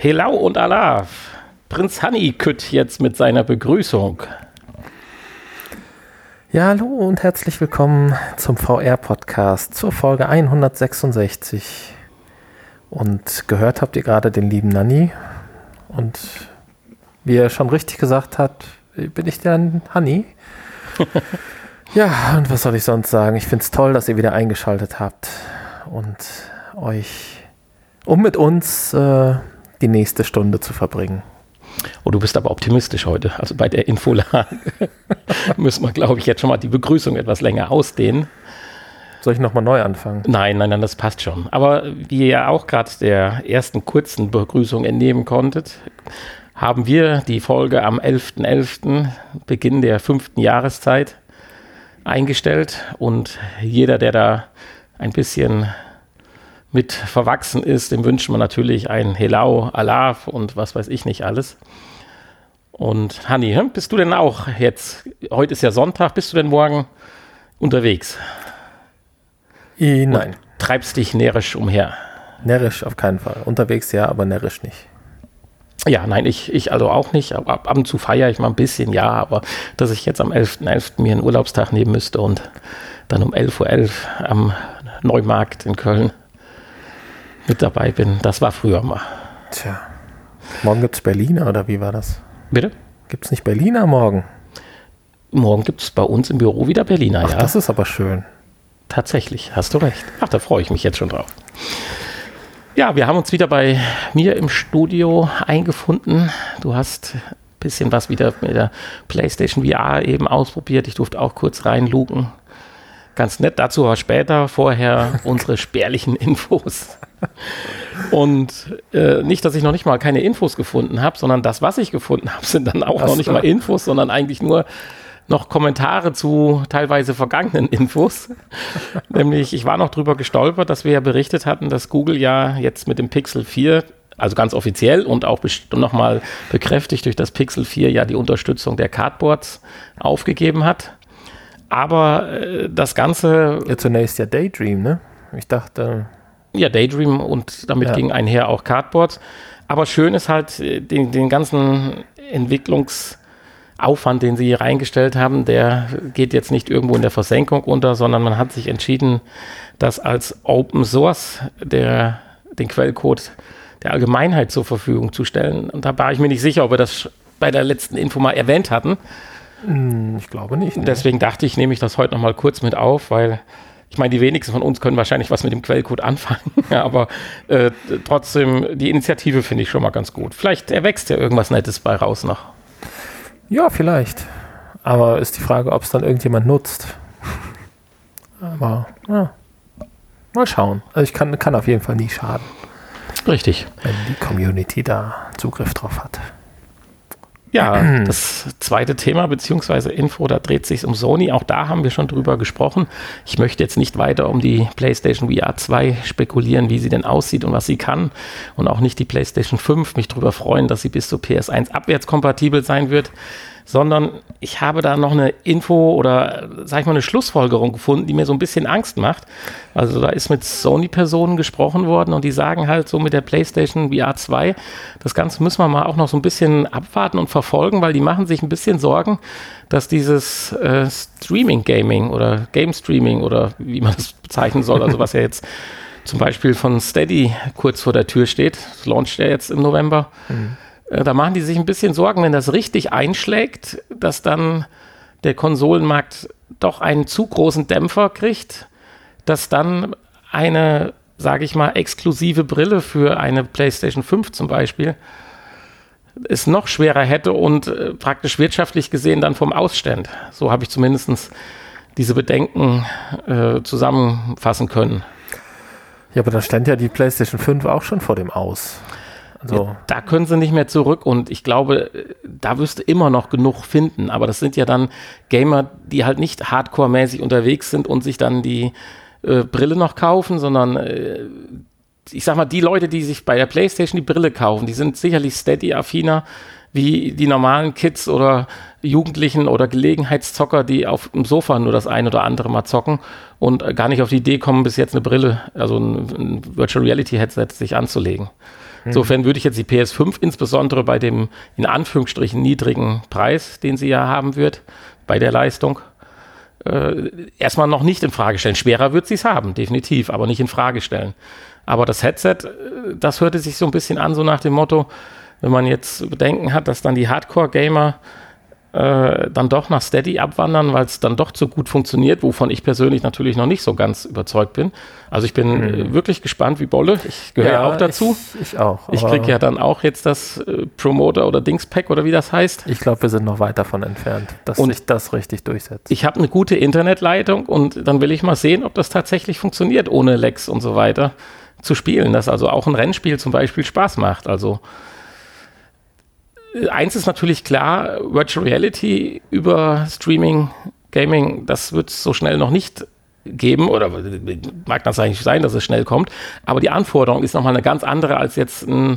Hello und Alaf. Prinz Honeycutt jetzt mit seiner Begrüßung. Ja, hallo und herzlich willkommen zum VR-Podcast zur Folge 166. Und gehört habt ihr gerade den lieben Nanni. Und wie er schon richtig gesagt hat, bin ich der Honey. Ja, und was soll ich sonst sagen? Ich finde es toll, dass ihr wieder eingeschaltet habt und euch, um mit uns die nächste Stunde zu verbringen. Oh, du bist aber optimistisch heute. Also bei der Infolage müssen wir, glaube ich, jetzt schon mal die Begrüßung etwas länger ausdehnen. Soll ich nochmal neu anfangen? Nein, das passt schon. Aber wie ihr ja auch gerade der ersten kurzen Begrüßung entnehmen konntet, haben wir die Folge am 11.11., Beginn der 5. Jahreszeit, eingestellt. Und jeder, der da ein bisschen mit verwachsen ist, dem wünschen wir natürlich ein Hello, Alaf und was weiß ich nicht alles. Und Hanni, bist du denn auch jetzt, heute ist ja Sonntag, bist du denn morgen unterwegs? Nein. Und treibst dich närrisch umher? Närrisch auf keinen Fall. Unterwegs ja, aber närrisch nicht. Ja, nein, ich also auch nicht. Ab und zu feiere ich mal ein bisschen, ja, aber dass ich jetzt am 11.11. mir einen Urlaubstag nehmen müsste und dann um 11.11 Uhr am Neumarkt in Köln mit dabei bin, das war früher mal. Tja, morgen gibt es Berliner, oder wie war das? Bitte? Gibt es nicht Berliner morgen? Morgen gibt es bei uns im Büro wieder Berliner, Ach, ja. Das ist aber schön. Tatsächlich, hast du recht. Ach, da freue ich mich jetzt schon drauf. Ja, wir haben uns wieder bei mir im Studio eingefunden. Du hast ein bisschen was wieder mit der PlayStation VR eben ausprobiert. Ich durfte auch kurz reinluken. Ganz nett, dazu aber später. Vorher unsere spärlichen Infos. Und nicht, dass ich noch nicht mal keine Infos gefunden habe, sondern das, was ich gefunden habe, sind dann auch noch nicht mal Infos, sondern eigentlich nur noch Kommentare zu teilweise vergangenen Infos. Nämlich, ich war noch drüber gestolpert, dass wir ja berichtet hatten, dass Google ja jetzt mit dem Pixel 4, also ganz offiziell und auch nochmal bekräftigt durch das Pixel 4, ja die Unterstützung der Cardboards aufgegeben hat. Aber das Ganze... Ja, zunächst ja Daydream, ne? Ich dachte... Ja, Daydream und damit ging einher auch Cardboards. Aber schön ist halt den ganzen Entwicklungsaufwand, den sie hier reingestellt haben, der geht jetzt nicht irgendwo in der Versenkung unter, sondern man hat sich entschieden, das als Open Source den Quellcode der Allgemeinheit zur Verfügung zu stellen. Und da war ich mir nicht sicher, ob wir das bei der letzten Info mal erwähnt hatten. Ich glaube nicht. Ne? Deswegen dachte ich, nehme ich das heute noch mal kurz mit auf, weil ich meine, die wenigsten von uns können wahrscheinlich was mit dem Quellcode anfangen, aber trotzdem, die Initiative finde ich schon mal ganz gut. Vielleicht erwächst ja irgendwas Nettes bei raus noch. Ja, vielleicht. Aber ist die Frage, ob es dann irgendjemand nutzt. Aber, ja. Mal schauen. Also kann auf jeden Fall nie schaden. Richtig. Wenn die Community da Zugriff drauf hat. Ja, das zweite Thema beziehungsweise Info, da dreht sich um Sony. Auch da haben wir schon drüber gesprochen. Ich möchte jetzt nicht weiter um die PlayStation VR 2 spekulieren, wie sie denn aussieht und was sie kann. Und auch nicht die PlayStation 5. Mich darüber freuen, dass sie bis zur PS1 abwärtskompatibel sein wird. Sondern ich habe da noch eine Info oder, sag ich mal, eine Schlussfolgerung gefunden, die mir so ein bisschen Angst macht. Also da ist mit Sony-Personen gesprochen worden und die sagen halt so mit der PlayStation VR 2, das Ganze müssen wir mal auch noch so ein bisschen abwarten und verfolgen, weil die machen sich ein bisschen Sorgen, dass dieses Streaming-Gaming oder Game-Streaming oder wie man das bezeichnen soll, also was ja jetzt zum Beispiel von Steady kurz vor der Tür steht, das launcht ja jetzt im November, da machen die sich ein bisschen Sorgen, wenn das richtig einschlägt, dass dann der Konsolenmarkt doch einen zu großen Dämpfer kriegt, dass dann eine, sage ich mal, exklusive Brille für eine PlayStation 5 zum Beispiel es noch schwerer hätte und praktisch wirtschaftlich gesehen dann vom Ausstand. So habe ich zumindest diese Bedenken zusammenfassen können. Ja, aber da stand ja die PlayStation 5 auch schon vor dem Aus. Also. Ja, da können sie nicht mehr zurück und ich glaube, da wirst du immer noch genug finden, aber das sind ja dann Gamer, die halt nicht hardcore-mäßig unterwegs sind und sich dann die Brille noch kaufen, sondern ich sag mal, die Leute, die sich bei der PlayStation die Brille kaufen, die sind sicherlich Steady-affiner wie die normalen Kids oder Jugendlichen oder Gelegenheitszocker, die auf dem Sofa nur das ein oder andere mal zocken und gar nicht auf die Idee kommen, bis jetzt eine Brille, also ein Virtual Reality Headset sich anzulegen. Insofern würde ich jetzt die PS5 insbesondere bei dem in Anführungsstrichen niedrigen Preis, den sie ja haben wird, bei der Leistung, erstmal noch nicht in Frage stellen. Schwerer wird sie es haben, definitiv, aber nicht in Frage stellen. Aber das Headset, das hörte sich so ein bisschen an, so nach dem Motto, wenn man jetzt Bedenken hat, dass dann die Hardcore-Gamer dann doch nach Steady abwandern, weil es dann doch so gut funktioniert, wovon ich persönlich natürlich noch nicht so ganz überzeugt bin. Also ich bin wirklich gespannt wie Bolle. Ich gehöre ja auch dazu. Ich auch. Ich kriege ja dann auch jetzt das Promoter oder Dings-Pack oder wie das heißt. Ich glaube, wir sind noch weit davon entfernt, dass sich das richtig durchsetzt. Ich habe eine gute Internetleitung und dann will ich mal sehen, ob das tatsächlich funktioniert, ohne Lags und so weiter zu spielen. Dass also auch ein Rennspiel zum Beispiel Spaß macht. Also eins ist natürlich klar, Virtual Reality über Streaming, Gaming, das wird es so schnell noch nicht geben oder mag das eigentlich sein, dass es schnell kommt, aber die Anforderung ist nochmal eine ganz andere als jetzt ein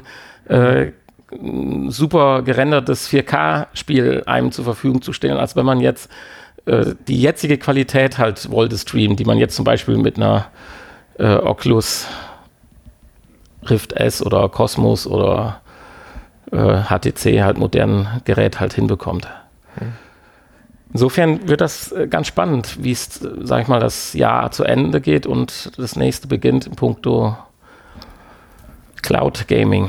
super gerendertes 4K-Spiel einem zur Verfügung zu stellen, als wenn man jetzt die jetzige Qualität halt wollte streamen, die man jetzt zum Beispiel mit einer Oculus Rift S oder Cosmos oder HTC halt modernen Gerät halt hinbekommt. Insofern wird das ganz spannend, wie es, sag ich mal, das Jahr zu Ende geht und das nächste beginnt in puncto Cloud Gaming.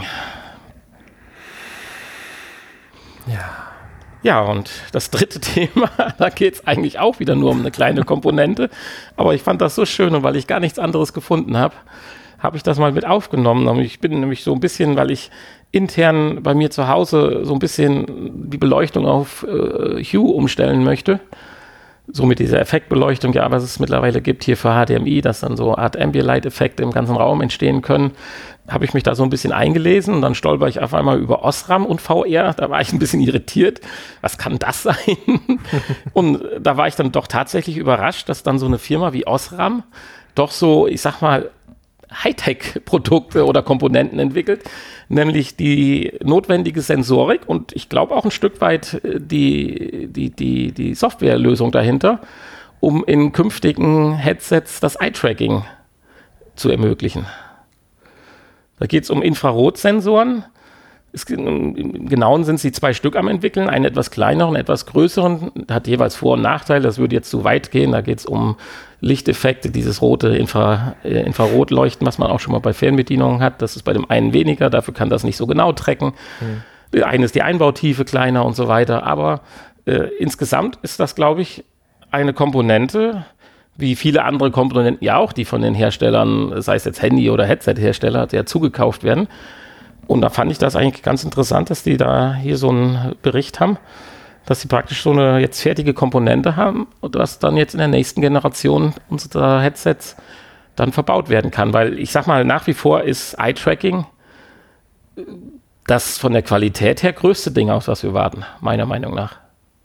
Ja, und das dritte Thema, da geht es eigentlich auch wieder nur um eine kleine Komponente, aber ich fand das so schön und weil ich gar nichts anderes gefunden habe, habe ich das mal mit aufgenommen. Ich bin nämlich so ein bisschen, weil ich intern bei mir zu Hause so ein bisschen die Beleuchtung auf Hue umstellen möchte. So mit dieser Effektbeleuchtung, ja, was es mittlerweile gibt hier für HDMI, dass dann so Art Ambilight-Effekte im ganzen Raum entstehen können, habe ich mich da so ein bisschen eingelesen und dann stolper ich auf einmal über Osram und VR. Da war ich ein bisschen irritiert. Was kann das sein? Und da war ich dann doch tatsächlich überrascht, dass dann so eine Firma wie Osram doch so, ich sag mal, Hightech-Produkte oder Komponenten entwickelt, nämlich die notwendige Sensorik und ich glaube auch ein Stück weit die Softwarelösung dahinter, um in künftigen Headsets das Eye-Tracking zu ermöglichen. Da geht es um Infrarotsensoren. Im Genauen sind sie 2 Stück am entwickeln, einen etwas kleineren, etwas größeren, hat jeweils Vor- und Nachteile, das würde jetzt zu weit gehen, da geht es um Lichteffekte, dieses rote Infrarotleuchten, was man auch schon mal bei Fernbedienungen hat, das ist bei dem einen weniger, dafür kann das nicht so genau tracken. Der eine ist die Einbautiefe kleiner und so weiter, aber insgesamt ist das, glaube ich, eine Komponente, wie viele andere Komponenten ja auch, die von den Herstellern, sei es jetzt Handy- oder Headset-Hersteller, ja zugekauft werden. Und da fand ich das eigentlich ganz interessant, dass die da hier so einen Bericht haben, dass sie praktisch so eine jetzt fertige Komponente haben und das dann jetzt in der nächsten Generation unserer Headsets dann verbaut werden kann. Weil ich sag mal, nach wie vor ist Eye-Tracking das von der Qualität her größte Ding, auf das wir warten, meiner Meinung nach.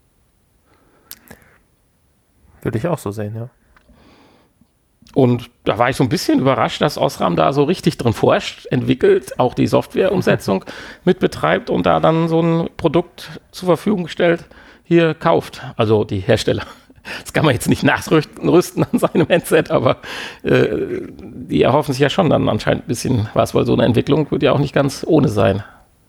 Würde ich auch so sehen, ja. Und da war ich so ein bisschen überrascht, dass Osram da so richtig drin forscht, entwickelt, auch die Softwareumsetzung mit betreibt und da dann so ein Produkt zur Verfügung stellt, hier kauft. Also die Hersteller. Das kann man jetzt nicht nachrüsten an seinem Headset, aber die erhoffen sich ja schon dann anscheinend ein bisschen was, weil so eine Entwicklung wird ja auch nicht ganz ohne sein.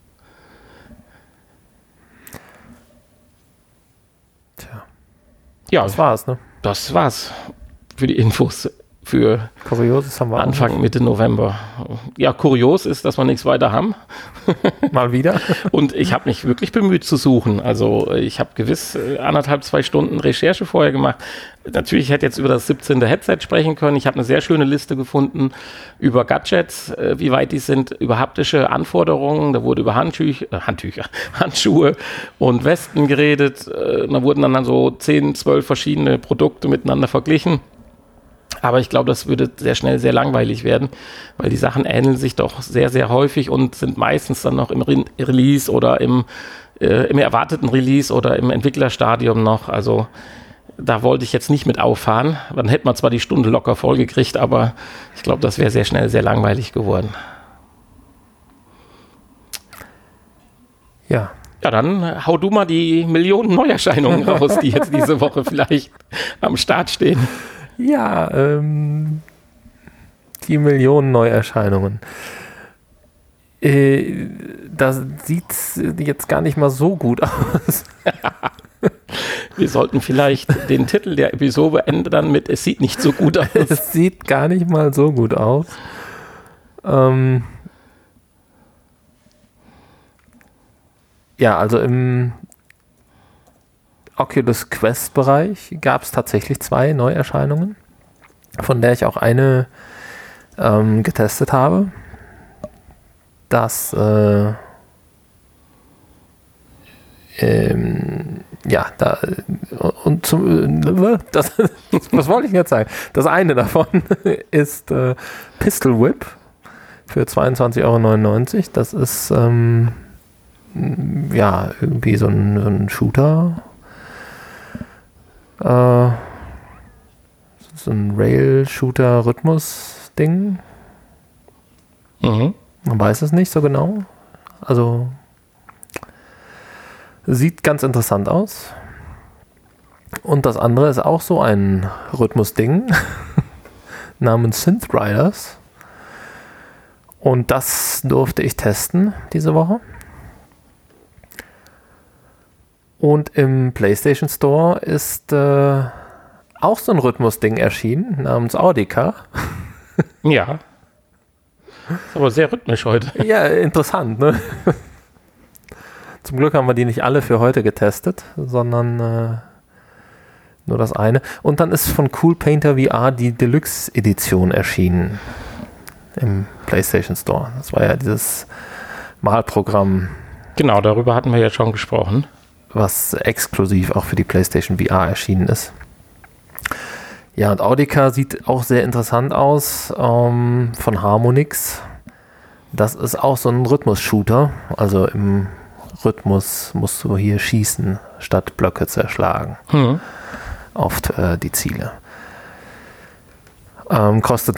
Tja. Ja, das war's, ne? Das war's für die Infos. Für Kurioses haben wir Anfang, Mitte November. Ja, kurios ist, dass wir nichts weiter haben. Mal wieder. Und ich habe mich wirklich bemüht zu suchen. Also ich habe gewiss 1,5, 2 Stunden Recherche vorher gemacht. Natürlich hätte ich jetzt über das 17. Headset sprechen können. Ich habe eine sehr schöne Liste gefunden über Gadgets, wie weit die sind, über haptische Anforderungen. Da wurde über Handschuhe und Westen geredet. Da wurden dann so 10, 12 verschiedene Produkte miteinander verglichen. Aber ich glaube, das würde sehr schnell sehr langweilig werden, weil die Sachen ähneln sich doch sehr, sehr häufig und sind meistens dann noch im Release oder im erwarteten Release oder im Entwicklerstadium noch. Also da wollte ich jetzt nicht mit auffahren. Dann hätte man zwar die Stunde locker voll gekriegt, aber ich glaube, das wäre sehr schnell sehr langweilig geworden. Ja, Ja, dann hau du mal die Millionen Neuerscheinungen raus, die jetzt diese Woche vielleicht am Start stehen. Ja, die Millionen Neuerscheinungen. Da sieht es jetzt gar nicht mal so gut aus. Wir sollten vielleicht den Titel der Episode ändern mit "Es sieht nicht so gut aus". Es sieht gar nicht mal so gut aus. Ja, also im Oculus Quest Bereich gab es tatsächlich 2 Neuerscheinungen, von der ich auch eine getestet habe. Das was wollte ich jetzt sagen? Das eine davon ist Pistol Whip für 22,99 €. Das ist irgendwie so ein Shooter. So ein Rail-Shooter-Rhythmus-Ding. Mhm. Man weiß es nicht so genau. Also sieht ganz interessant aus. Und das andere ist auch so ein Rhythmus-Ding namens Synth Riders. Und das durfte ich testen diese Woche. Und im PlayStation Store ist auch so ein Rhythmus-Ding erschienen namens Audica. Ja. Ist aber sehr rhythmisch heute. Ja, interessant, ne? Zum Glück haben wir die nicht alle für heute getestet, sondern nur das eine. Und dann ist von Cool Painter VR die Deluxe-Edition erschienen im PlayStation Store. Das war ja dieses Malprogramm. Genau, darüber hatten wir ja schon gesprochen. Was exklusiv auch für die PlayStation VR erschienen ist. Ja, und Audica sieht auch sehr interessant aus, von Harmonix. Das ist auch so ein Rhythmus-Shooter. Also im Rhythmus musst du hier schießen, statt Blöcke zerschlagen. Auf die Ziele. Kostet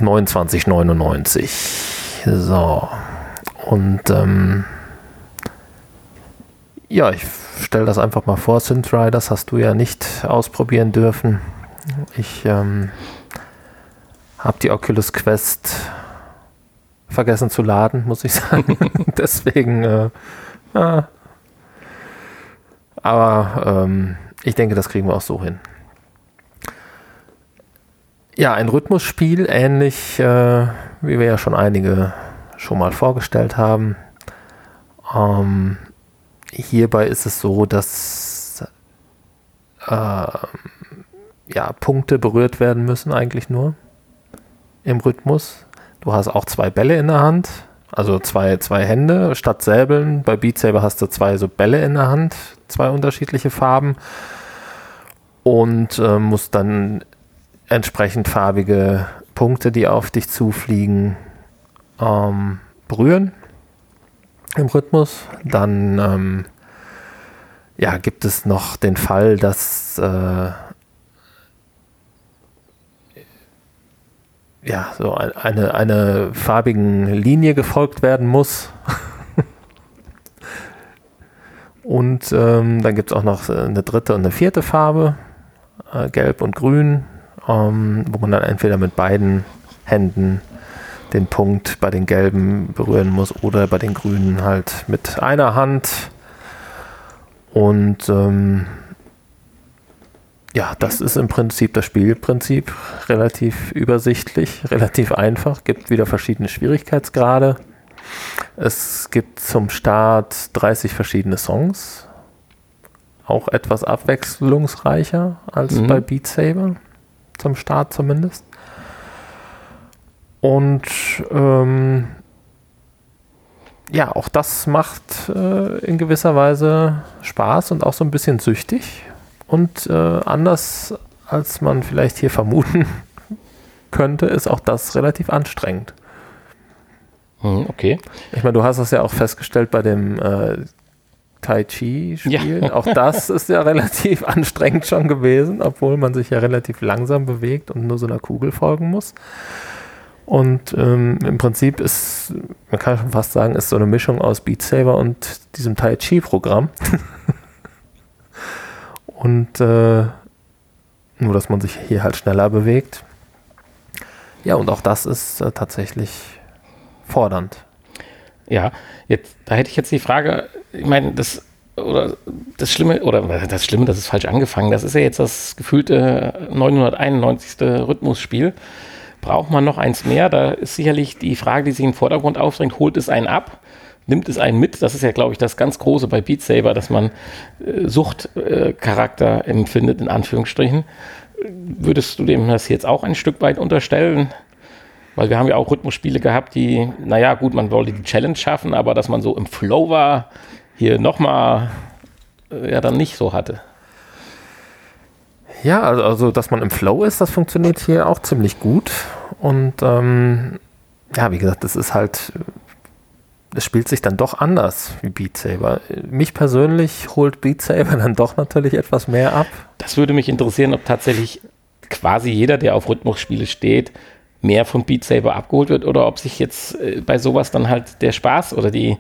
29,99 €. So. Und ja, ich stelle das einfach mal vor. Synth Riders hast du ja nicht ausprobieren dürfen. Ich habe die Oculus Quest vergessen zu laden, muss ich sagen. Deswegen, aber ich denke, das kriegen wir auch so hin. Ja, ein Rhythmusspiel, ähnlich wie wir ja schon einige schon mal vorgestellt haben. Hierbei ist es so, dass Punkte berührt werden müssen eigentlich nur im Rhythmus. Du hast auch 2 Bälle in der Hand, also zwei Hände statt Säbeln. Bei Beat Saber hast du 2 so Bälle in der Hand, 2 unterschiedliche Farben und musst dann entsprechend farbige Punkte, die auf dich zufliegen, berühren im Rhythmus. Dann gibt es noch den Fall, dass so eine farbigen Linie gefolgt werden muss. Und dann gibt es auch noch eine dritte und eine vierte Farbe, Gelb und Grün, wo man dann entweder mit beiden Händen den Punkt bei den Gelben berühren muss oder bei den Grünen halt mit einer Hand. Und das ist im Prinzip das Spielprinzip, relativ übersichtlich, relativ einfach, gibt wieder verschiedene Schwierigkeitsgrade. Es gibt zum Start 30 verschiedene Songs, auch etwas abwechslungsreicher als bei Beat Saber, zum Start zumindest. Und auch das macht in gewisser Weise Spaß und auch so ein bisschen süchtig. Und anders als man vielleicht hier vermuten könnte, ist auch das relativ anstrengend. Okay. Ich meine, du hast es ja auch festgestellt bei dem Tai Chi-Spiel. Ja. Auch das ist ja relativ anstrengend schon gewesen, obwohl man sich ja relativ langsam bewegt und nur so einer Kugel folgen muss. Und im Prinzip man kann schon fast sagen, ist so eine Mischung aus Beat Saber und diesem Tai Chi Programm. Und nur, dass man sich hier halt schneller bewegt. Ja, und auch das ist tatsächlich fordernd. Ja, da hätte ich jetzt die Frage, ich meine, das Schlimme, das ist falsch angefangen, das ist ja jetzt das gefühlte 991. Rhythmusspiel. Braucht man noch eins mehr? Da ist sicherlich die Frage, die sich in den Vordergrund aufdrängt, holt es einen ab? Nimmt es einen mit? Das ist ja, glaube ich, das ganz Große bei Beat Saber, dass man Suchtcharakter empfindet, in Anführungsstrichen. Würdest du dem das jetzt auch ein Stück weit unterstellen? Weil wir haben ja auch Rhythmusspiele gehabt, die, naja, gut, man wollte die Challenge schaffen, aber dass man so im Flow war, hier nochmal dann nicht so hatte. Ja, also dass man im Flow ist, das funktioniert hier auch ziemlich gut. Und wie gesagt, es spielt sich dann doch anders wie Beat Saber. Mich persönlich holt Beat Saber dann doch natürlich etwas mehr ab. Das würde mich interessieren, ob tatsächlich quasi jeder, der auf Rhythmusspiele steht, mehr von Beat Saber abgeholt wird oder ob sich jetzt bei sowas dann halt der Spaß oder die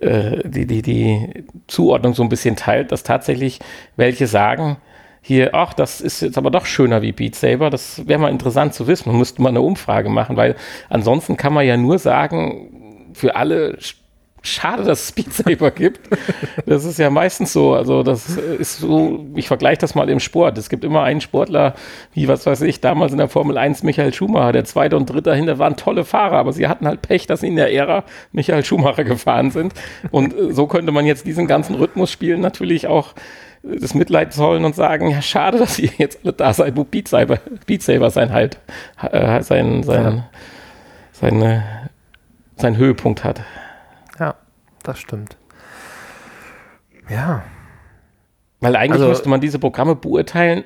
Zuordnung so ein bisschen teilt, dass tatsächlich welche sagen, hier, ach, das ist jetzt aber doch schöner wie Beat Saber. Das wäre mal interessant zu wissen. Man müsste mal eine Umfrage machen, weil ansonsten kann man ja nur sagen, für alle schade, dass es Beat Saber gibt. Das ist ja meistens so. Also das ist so, ich vergleiche das mal im Sport. Es gibt immer einen Sportler, wie, was weiß ich, damals in der Formel 1 Michael Schumacher. Der zweite und dritte dahinter waren tolle Fahrer, aber sie hatten halt Pech, dass sie in der Ära Michael Schumacher gefahren sind. Und so könnte man jetzt diesen ganzen Rhythmusspielen natürlich auch das Mitleid zollen und sagen, ja, schade, dass ihr jetzt alle da seid, wo Beat Saber seinen Höhepunkt hat. Ja, das stimmt. Ja. Weil eigentlich müsste man diese Programme beurteilen,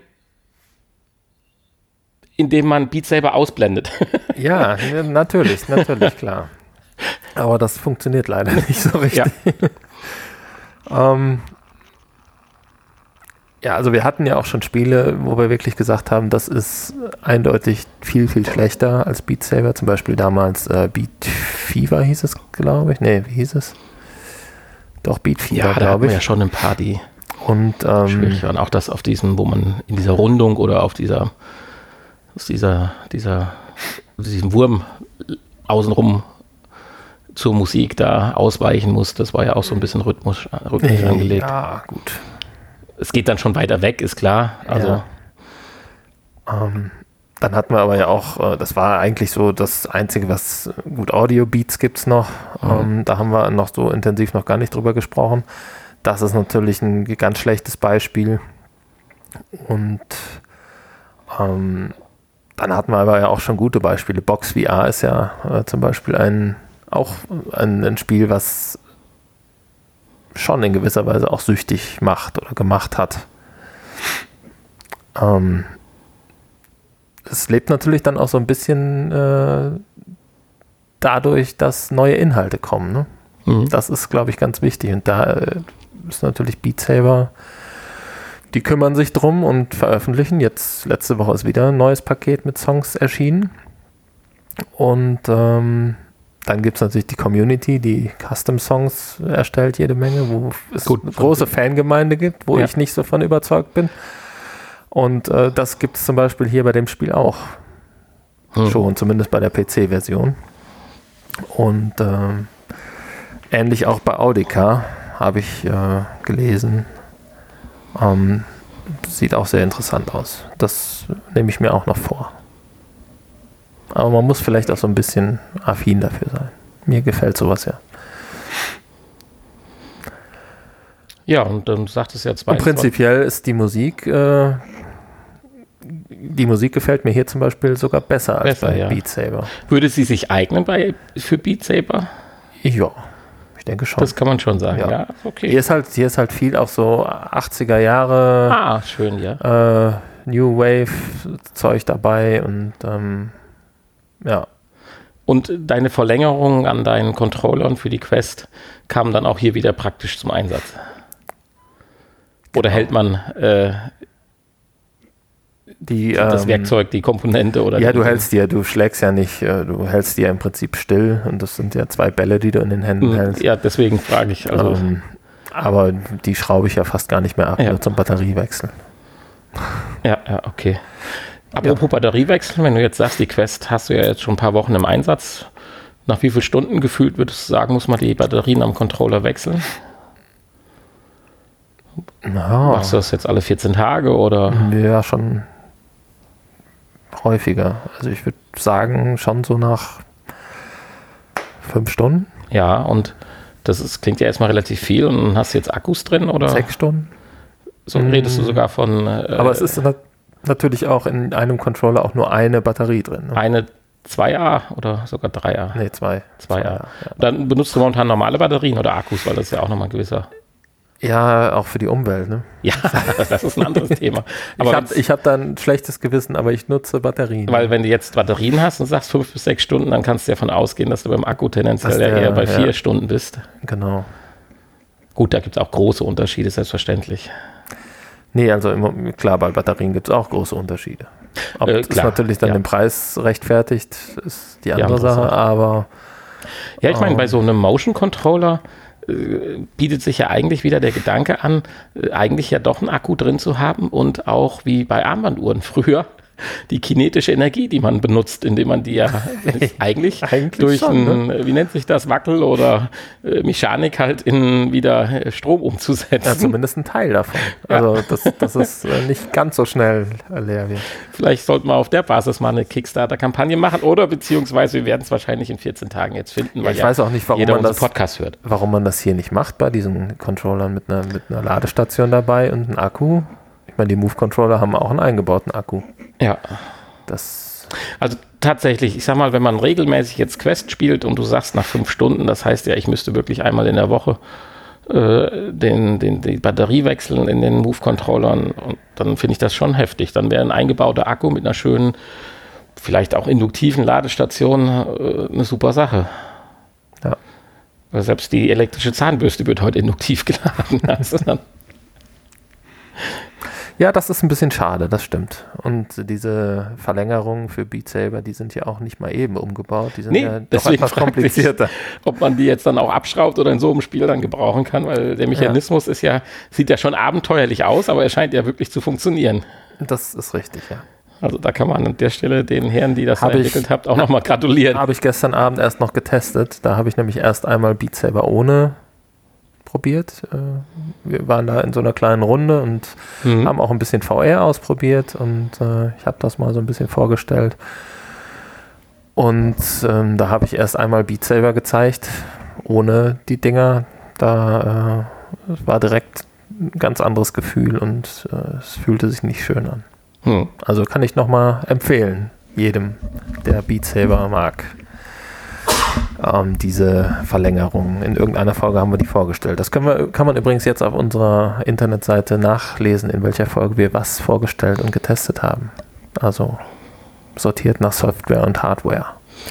indem man Beat Saber ausblendet. Ja, natürlich, klar. Aber das funktioniert leider nicht so richtig. Ja. Ja, also wir hatten ja auch schon Spiele, wo wir wirklich gesagt haben, das ist eindeutig viel, viel schlechter als Beat Saber. Zum Beispiel damals Beat Fever hieß es, glaube ich. Nee, wie hieß es? Doch, Beat Fever, glaube ich. Ja, schon ein paar, die schwierig waren. Auch das auf diesem, wo man in dieser Rundung oder auf diesem Wurm außenrum zur Musik da ausweichen muss. Das war ja auch so ein bisschen rhythmisch angelegt. Ja, gut. Es geht dann schon weiter weg, ist klar. Also. Ja. Dann hatten wir aber ja auch, das war eigentlich so das Einzige, was gut, Audio-Beats gibt es noch. Da haben wir noch so intensiv noch gar nicht drüber gesprochen. Das ist natürlich ein ganz schlechtes Beispiel. Und dann hatten wir aber ja auch schon gute Beispiele. Box VR ist ja zum Beispiel ein Spiel, was schon in gewisser Weise auch süchtig macht oder gemacht hat. Es lebt natürlich dann auch so ein bisschen dadurch, dass neue Inhalte kommen. Ne? Mhm. Das ist, glaube ich, ganz wichtig. Und da ist natürlich Beat Saber, die kümmern sich drum und veröffentlichen. Jetzt, letzte Woche ist wieder ein neues Paket mit Songs erschienen. Und dann gibt es natürlich die Community, die Custom-Songs erstellt, jede Menge, wo es eine große Fangemeinde gibt, wo ich nicht so von überzeugt bin. Und das gibt es zum Beispiel hier bei dem Spiel auch. Schon, zumindest bei der PC-Version. Und ähnlich auch bei Audica habe ich gelesen. Sieht auch sehr interessant aus. Das nehme ich mir auch noch vor. Aber man muss vielleicht auch so ein bisschen affin dafür sein. Mir gefällt sowas ja. Ja, und dann sagt es ja zwei. Und prinzipiell ist die Musik gefällt mir hier zum Beispiel sogar besser als bei Beat Saber. Würde sie sich eignen für Beat Saber? Ja, ich denke schon. Das kann man schon sagen, ja. Okay. Hier ist halt viel auch so 80er Jahre. Schön, ja. New Wave Zeug dabei und ja. Und deine Verlängerung an deinen Controllern für die Quest kam dann auch hier wieder praktisch zum Einsatz? Oder hält man das Werkzeug, die Komponente oder... Ja, du schlägst ja nicht, du hältst die ja im Prinzip still und das sind ja 2 Bälle, die du in den Händen hältst. Ja, deswegen frage ich. Also aber die schraube ich ja fast gar nicht mehr ab, nur zum Batteriewechsel. Ja, okay. Apropos Batteriewechsel, wenn du jetzt sagst, die Quest hast du ja jetzt schon ein paar Wochen im Einsatz. Nach wie vielen Stunden gefühlt würdest du sagen, muss man die Batterien am Controller wechseln? Machst du das jetzt alle 14 Tage oder? Ja, schon häufiger. Also ich würde sagen, schon so nach 5 Stunden. Ja, und klingt ja erstmal relativ viel und hast du jetzt Akkus drin oder? 6 Stunden. So redest du sogar von... aber es ist natürlich auch in einem Controller auch nur eine Batterie drin. Ne? Eine 2A oder sogar 3A? Nee, 2. 2A. Ja. Dann benutzt du momentan normale Batterien oder Akkus, weil das ist ja auch nochmal ein gewisser... Ja, auch für die Umwelt, ne? Ja, das ist ein anderes Thema. Aber ich hab da ein schlechtes Gewissen, aber ich nutze Batterien. Weil wenn du jetzt Batterien hast und sagst 5 bis 6 Stunden, dann kannst du davon ausgehen, dass du beim Akku tendenziell eher bei 4 Stunden bist. Genau. Gut, da gibt es auch große Unterschiede, selbstverständlich. Nee, also klar, bei Batterien gibt es auch große Unterschiede. Ob das natürlich dann den Preis rechtfertigt, ist die andere Sache, aber... Ja, ich meine, bei so einem Motion-Controller bietet sich ja eigentlich wieder der Gedanke an, eigentlich ja doch einen Akku drin zu haben und auch wie bei Armbanduhren früher die kinetische Energie, die man benutzt, indem man die ja eigentlich durch schon, wie nennt sich das, Wackel oder Mechanik halt in wieder Strom umzusetzen. Ja, zumindest ein Teil davon. Also dass es nicht ganz so schnell leer wird. Vielleicht sollten wir auf der Basis mal eine Kickstarter-Kampagne machen oder beziehungsweise wir werden es wahrscheinlich in 14 Tagen jetzt finden, weil ich weiß auch nicht, warum jeder man unseren Podcast hört. Warum man das hier nicht macht bei diesen Controllern mit einer Ladestation dabei und einem Akku. Ich meine, die Move-Controller haben auch einen eingebauten Akku. Ja. Also tatsächlich, ich sag mal, wenn man regelmäßig jetzt Quest spielt und du sagst nach 5 Stunden, das heißt ja, ich müsste wirklich einmal in der Woche die Batterie wechseln in den Move-Controllern und dann finde ich das schon heftig. Dann wäre ein eingebauter Akku mit einer schönen, vielleicht auch induktiven Ladestation eine super Sache. Ja. Weil selbst die elektrische Zahnbürste wird heute induktiv geladen. Also dann ja, das ist ein bisschen schade, das stimmt. Und diese Verlängerungen für Beat Saber, die sind ja auch nicht mal eben umgebaut. Die sind ja doch etwas komplizierter. Ob man die jetzt dann auch abschraubt oder in so einem Spiel dann gebrauchen kann, weil der Mechanismus sieht ja schon abenteuerlich aus, aber er scheint ja wirklich zu funktionieren. Das ist richtig, ja. Also da kann man an der Stelle den Herren, die das entwickelt habt, auch nochmal gratulieren. Habe ich gestern Abend erst noch getestet. Da habe ich nämlich erst einmal Beat Saber ohne probiert. Wir waren da in so einer kleinen Runde und haben auch ein bisschen VR ausprobiert und ich habe das mal so ein bisschen vorgestellt. Und da habe ich erst einmal Beat Saber gezeigt, ohne die Dinger. Da war direkt ein ganz anderes Gefühl und es fühlte sich nicht schön an. Also kann ich nochmal empfehlen, jedem, der Beat Saber mag. Diese Verlängerung. In irgendeiner Folge haben wir die vorgestellt. Das kann man übrigens jetzt auf unserer Internetseite nachlesen, in welcher Folge wir was vorgestellt und getestet haben. Also sortiert nach Software und Hardware.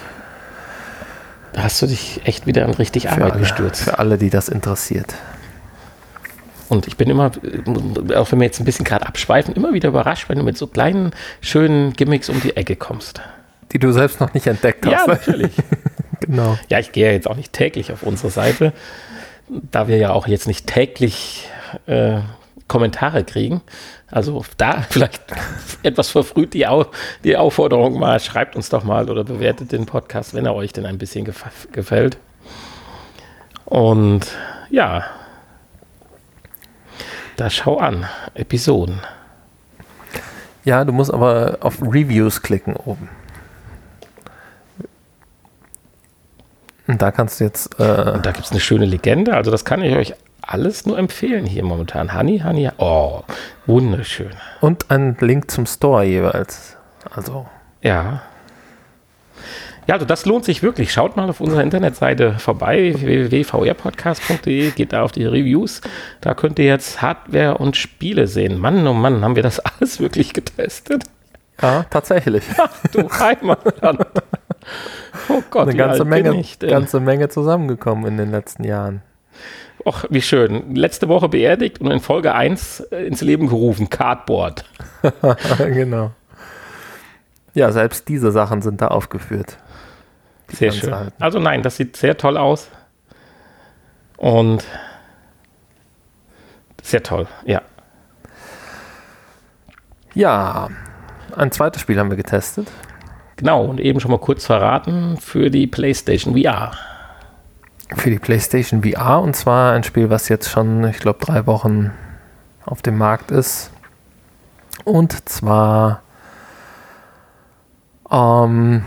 Da hast du dich echt wieder an richtig Arbeit gestürzt. Für alle, die das interessiert. Und ich bin immer, auch wenn wir jetzt ein bisschen gerade abschweifen, immer wieder überrascht, wenn du mit so kleinen, schönen Gimmicks um die Ecke kommst. Die du selbst noch nicht entdeckt hast. Ja, natürlich. Genau. Ja, ich gehe ja jetzt auch nicht täglich auf unsere Seite, da wir ja auch jetzt nicht täglich Kommentare kriegen. Also da vielleicht etwas verfrüht die Aufforderung mal, schreibt uns doch mal oder bewertet den Podcast, wenn er euch denn ein bisschen gefällt. Und ja, da schau an, Episoden. Ja, du musst aber auf Reviews klicken oben. Und da kannst du jetzt... Und da gibt es eine schöne Legende, also das kann ich euch alles nur empfehlen hier momentan. Honey, oh, wunderschön. Und ein Link zum Store jeweils. Also... Ja. Ja, also das lohnt sich wirklich. Schaut mal auf unserer Internetseite vorbei, www.vrpodcast.de, geht da auf die Reviews. Da könnt ihr jetzt Hardware und Spiele sehen. Mann, oh Mann, haben wir das alles wirklich getestet? Ja, tatsächlich. Ach du Heimatland. Oh Gott, eine ganze Menge zusammengekommen in den letzten Jahren. Och, wie schön. Letzte Woche beerdigt und in Folge 1 ins Leben gerufen. Cardboard. Genau. Ja, selbst diese Sachen sind da aufgeführt. Sehr schön. Alten. Also nein, das sieht sehr toll aus. Und sehr toll, ja. Ja, ein zweites Spiel haben wir getestet. Genau, und eben schon mal kurz verraten für die PlayStation VR. Für die PlayStation VR, und zwar ein Spiel, was jetzt schon, ich glaube, 3 Wochen auf dem Markt ist. Und zwar oder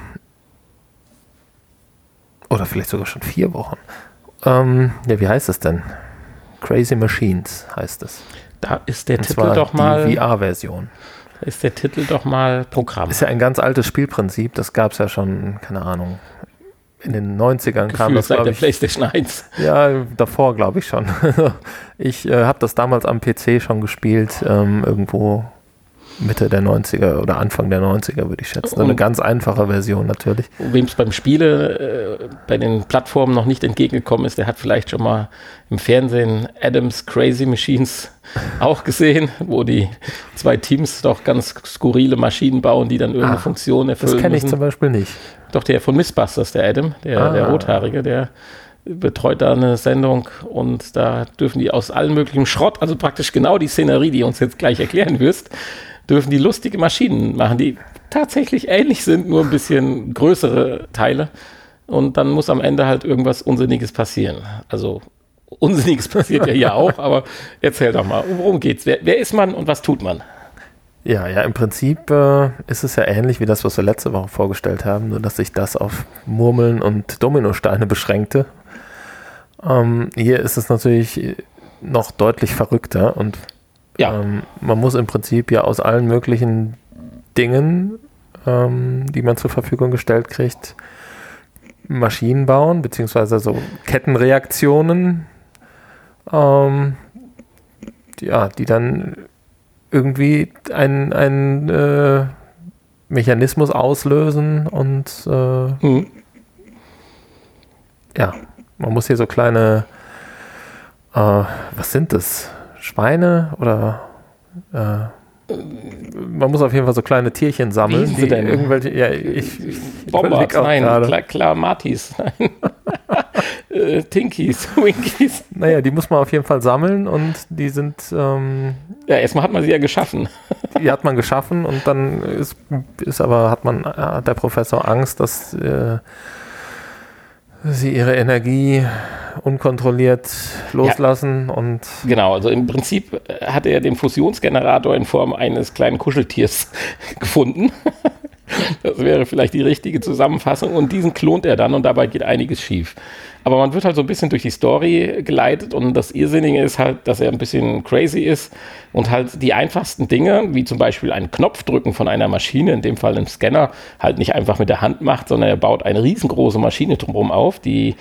vielleicht sogar schon 4 Wochen. Ja, wie heißt es denn? Crazy Machines heißt es. Da ist der Titel doch mal die VR-Version. Da ist der Titel doch mal Programm. Ist ja ein ganz altes Spielprinzip. Das gab es ja schon, keine Ahnung, in den 90ern kam das, glaube ich. Seit der PlayStation 1. Ja, davor glaube ich schon. Ich habe das damals am PC schon gespielt, irgendwo Mitte der 90er oder Anfang der 90er, würde ich schätzen. Eine ganz einfache Version natürlich. Wem es beim Spiele bei den Plattformen noch nicht entgegengekommen ist, der hat vielleicht schon mal im Fernsehen Adams Crazy Machines auch gesehen, wo die 2 Teams doch ganz skurrile Maschinen bauen, die dann irgendeine Funktion erfüllen müssen. Das kenne ich zum Beispiel nicht. Doch, der von Mythbusters, der Adam, der Rothaarige, der betreut da eine Sendung und da dürfen die aus allem möglichen Schrott, also praktisch genau die Szenerie, die uns jetzt gleich erklären wirst, dürfen die lustige Maschinen machen, die tatsächlich ähnlich sind, nur ein bisschen größere Teile. Und dann muss am Ende halt irgendwas Unsinniges passieren. Also Unsinniges passiert ja hier auch, aber erzähl doch mal, worum geht's? Wer ist man und was tut man? Ja, im Prinzip ist es ja ähnlich wie das, was wir letzte Woche vorgestellt haben, nur dass sich das auf Murmeln und Dominosteine beschränkte. Hier ist es natürlich noch deutlich verrückter und man muss im Prinzip ja aus allen möglichen Dingen, die man zur Verfügung gestellt kriegt, Maschinen bauen, beziehungsweise so Kettenreaktionen, die dann irgendwie einen Mechanismus auslösen und man muss hier so kleine, was sind das? Schweine oder man muss auf jeden Fall so kleine Tierchen sammeln, die denn? Irgendwelche, Bombers, nein, Klamatis, nein. Tinkies, Winkies. Naja, die muss man auf jeden Fall sammeln und die sind erstmal hat man sie ja geschaffen. Die hat man geschaffen und dann hat der Professor Angst, dass sie ihre Energie unkontrolliert loslassen und... Genau, also im Prinzip hat er den Fusionsgenerator in Form eines kleinen Kuscheltiers gefunden. Das wäre vielleicht die richtige Zusammenfassung und diesen klont er dann und dabei geht einiges schief. Aber man wird halt so ein bisschen durch die Story geleitet und das Irrsinnige ist halt, dass er ein bisschen crazy ist und halt die einfachsten Dinge, wie zum Beispiel einen Knopf drücken von einer Maschine, in dem Fall einen Scanner, halt nicht einfach mit der Hand macht, sondern er baut eine riesengroße Maschine drumherum auf, die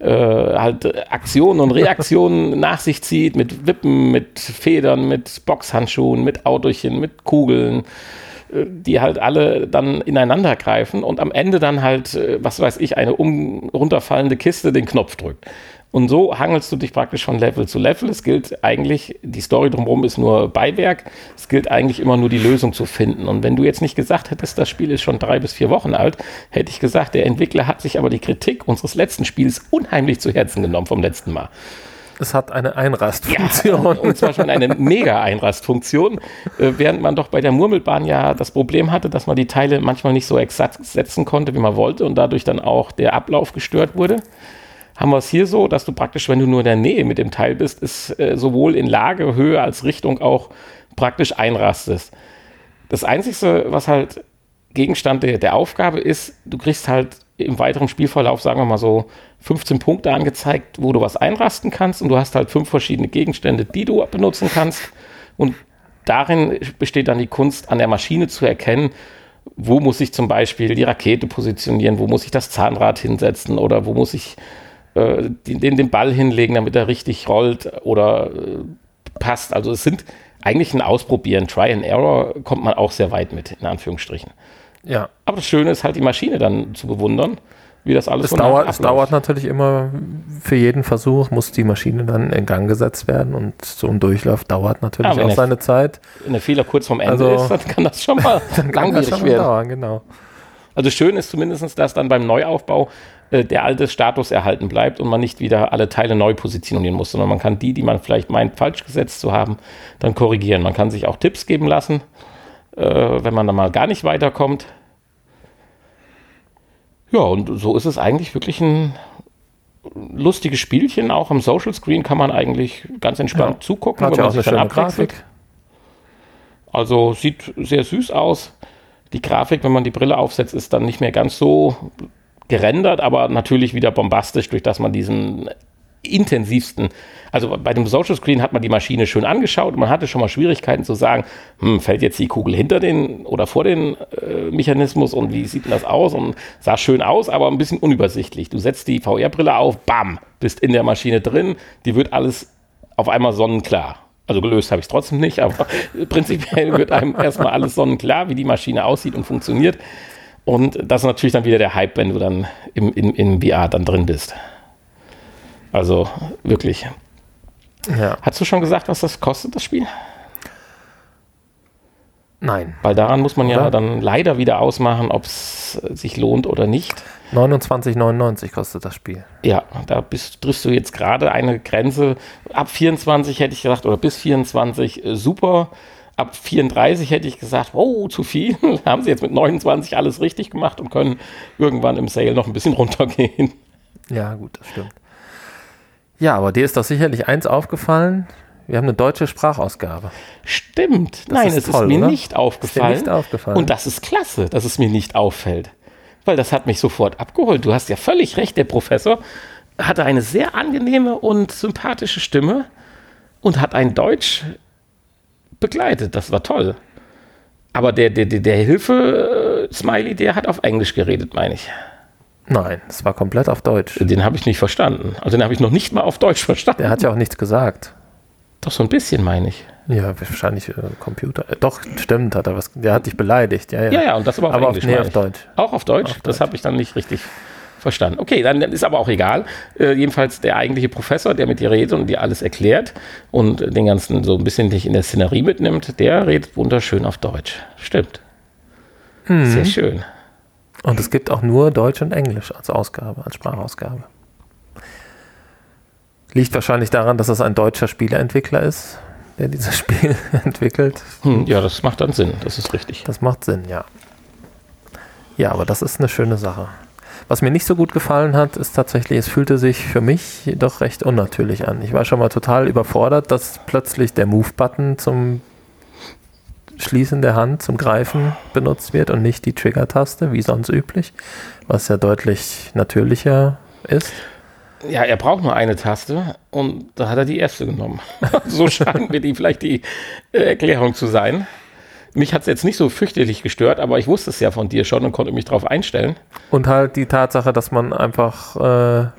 halt Aktionen und Reaktionen nach sich zieht, mit Wippen, mit Federn, mit Boxhandschuhen, mit Autochen, mit Kugeln, die halt alle dann ineinander greifen und am Ende dann halt, was weiß ich, eine runterfallende Kiste den Knopf drückt. Und so hangelst du dich praktisch von Level zu Level. Es gilt eigentlich, die Story drumherum ist nur Beiwerk, es gilt eigentlich immer nur die Lösung zu finden. Und wenn du jetzt nicht gesagt hättest, das Spiel ist schon 3 bis 4 Wochen alt, hätte ich gesagt, der Entwickler hat sich aber die Kritik unseres letzten Spiels unheimlich zu Herzen genommen vom letzten Mal. Es hat eine Einrastfunktion. Ja, und zwar schon eine Mega-Einrastfunktion, während man doch bei der Murmelbahn ja das Problem hatte, dass man die Teile manchmal nicht so exakt setzen konnte, wie man wollte und dadurch dann auch der Ablauf gestört wurde. Haben wir es hier so, dass du praktisch, wenn du nur in der Nähe mit dem Teil bist, es sowohl in Lage, Höhe als Richtung auch praktisch einrastest. Das Einzige, was halt Gegenstand der Aufgabe ist, du kriegst halt im weiteren Spielverlauf, sagen wir mal so, 15 Punkte angezeigt, wo du was einrasten kannst und du hast halt 5 verschiedene Gegenstände, die du benutzen kannst und darin besteht dann die Kunst, an der Maschine zu erkennen, wo muss ich zum Beispiel die Rakete positionieren, wo muss ich das Zahnrad hinsetzen oder wo muss ich den Ball hinlegen, damit er richtig rollt oder passt. Also es sind eigentlich ein Ausprobieren, Try and Error kommt man auch sehr weit mit, in Anführungsstrichen. Ja. Aber das Schöne ist halt, die Maschine dann zu bewundern. wie das alles Es dauert natürlich immer, für jeden Versuch muss die Maschine dann in Gang gesetzt werden und so ein Durchlauf dauert natürlich auch seine Zeit. Wenn der Fehler kurz vorm Ende ist, dann kann das schon mal langwierig werden. Dauern, genau. Also schön ist zumindest, dass dann beim Neuaufbau der alte Status erhalten bleibt und man nicht wieder alle Teile neu positionieren muss, sondern man kann die man vielleicht meint, falsch gesetzt zu haben, dann korrigieren. Man kann sich auch Tipps geben lassen, wenn man dann mal gar nicht weiterkommt. Ja, und so ist es eigentlich wirklich ein lustiges Spielchen. Auch am Social Screen kann man eigentlich ganz entspannt zugucken, wenn man sich dann abwechselt. Also sieht sehr süß aus. Die Grafik, wenn man die Brille aufsetzt, ist dann nicht mehr ganz so gerendert, aber natürlich wieder bombastisch, durch dass man diesen intensivsten, also bei dem Social Screen hat man die Maschine schön angeschaut und man hatte schon mal Schwierigkeiten zu sagen, fällt jetzt die Kugel hinter den oder vor den Mechanismus und wie sieht denn das aus, und sah schön aus, aber ein bisschen unübersichtlich. Du setzt die VR-Brille auf, bam, bist in der Maschine drin, die wird alles auf einmal sonnenklar. Also gelöst habe ich es trotzdem nicht, aber prinzipiell wird einem erstmal alles sonnenklar, wie die Maschine aussieht und funktioniert. Und das ist natürlich dann wieder der Hype, wenn du dann im VR dann drin bist. Also wirklich. Ja. Hast du schon gesagt, was das kostet, das Spiel? Nein. Weil daran muss man ja dann leider wieder ausmachen, ob es sich lohnt oder nicht. 29,99 kostet das Spiel. Ja, da triffst du jetzt gerade eine Grenze. Ab 24 hätte ich gesagt, oder bis 24 super. Ab 34 hätte ich gesagt, oh, zu viel. Haben sie jetzt mit 29 alles richtig gemacht und können irgendwann im Sale noch ein bisschen runtergehen. Ja, gut, das stimmt. Ja, aber dir ist doch sicherlich eins aufgefallen. Wir haben eine deutsche Sprachausgabe. Stimmt. Nein, es ist mir nicht aufgefallen. Ist dir nicht aufgefallen. Und das ist klasse, dass es mir nicht auffällt. Weil das hat mich sofort abgeholt. Du hast ja völlig recht, der Professor hatte eine sehr angenehme und sympathische Stimme und hat ein Deutsch begleitet. Das war toll. Aber der Hilfe-Smiley, der hat auf Englisch geredet, meine ich. Nein, es war komplett auf Deutsch. Den habe ich nicht verstanden. Also den habe ich noch nicht mal auf Deutsch verstanden. Der hat ja auch nichts gesagt. Doch so ein bisschen, meine ich. Ja, wahrscheinlich Computer. Doch, stimmt, hat er was. Der hat dich beleidigt. Ja, und das aber auf Englisch. Auf Deutsch. Auch auf Deutsch? Das habe ich dann nicht richtig verstanden. Okay, dann ist aber auch egal. Jedenfalls der eigentliche Professor, der mit dir redet und dir alles erklärt und den ganzen so ein bisschen dich in der Szenerie mitnimmt, der redet wunderschön auf Deutsch. Stimmt. Sehr schön. Und es gibt auch nur Deutsch und Englisch als Ausgabe, als Sprachausgabe. Liegt wahrscheinlich daran, dass es ein deutscher Spieleentwickler ist, der dieses Spiel entwickelt. Ja, das macht dann Sinn, das ist richtig. Das macht Sinn, ja. Ja, aber das ist eine schöne Sache. Was mir nicht so gut gefallen hat, ist tatsächlich, es fühlte sich für mich doch recht unnatürlich an. Ich war schon mal total überfordert, dass plötzlich der Move-Button zum Schließen der Hand, zum Greifen benutzt wird und nicht die Trigger-Taste, wie sonst üblich, was ja deutlich natürlicher ist. Ja, er braucht nur eine Taste und da hat er die erste genommen. So scheint mir vielleicht die Erklärung zu sein. Mich hat es jetzt nicht so fürchterlich gestört, aber ich wusste es ja von dir schon und konnte mich darauf einstellen. Und halt die Tatsache, dass man einfach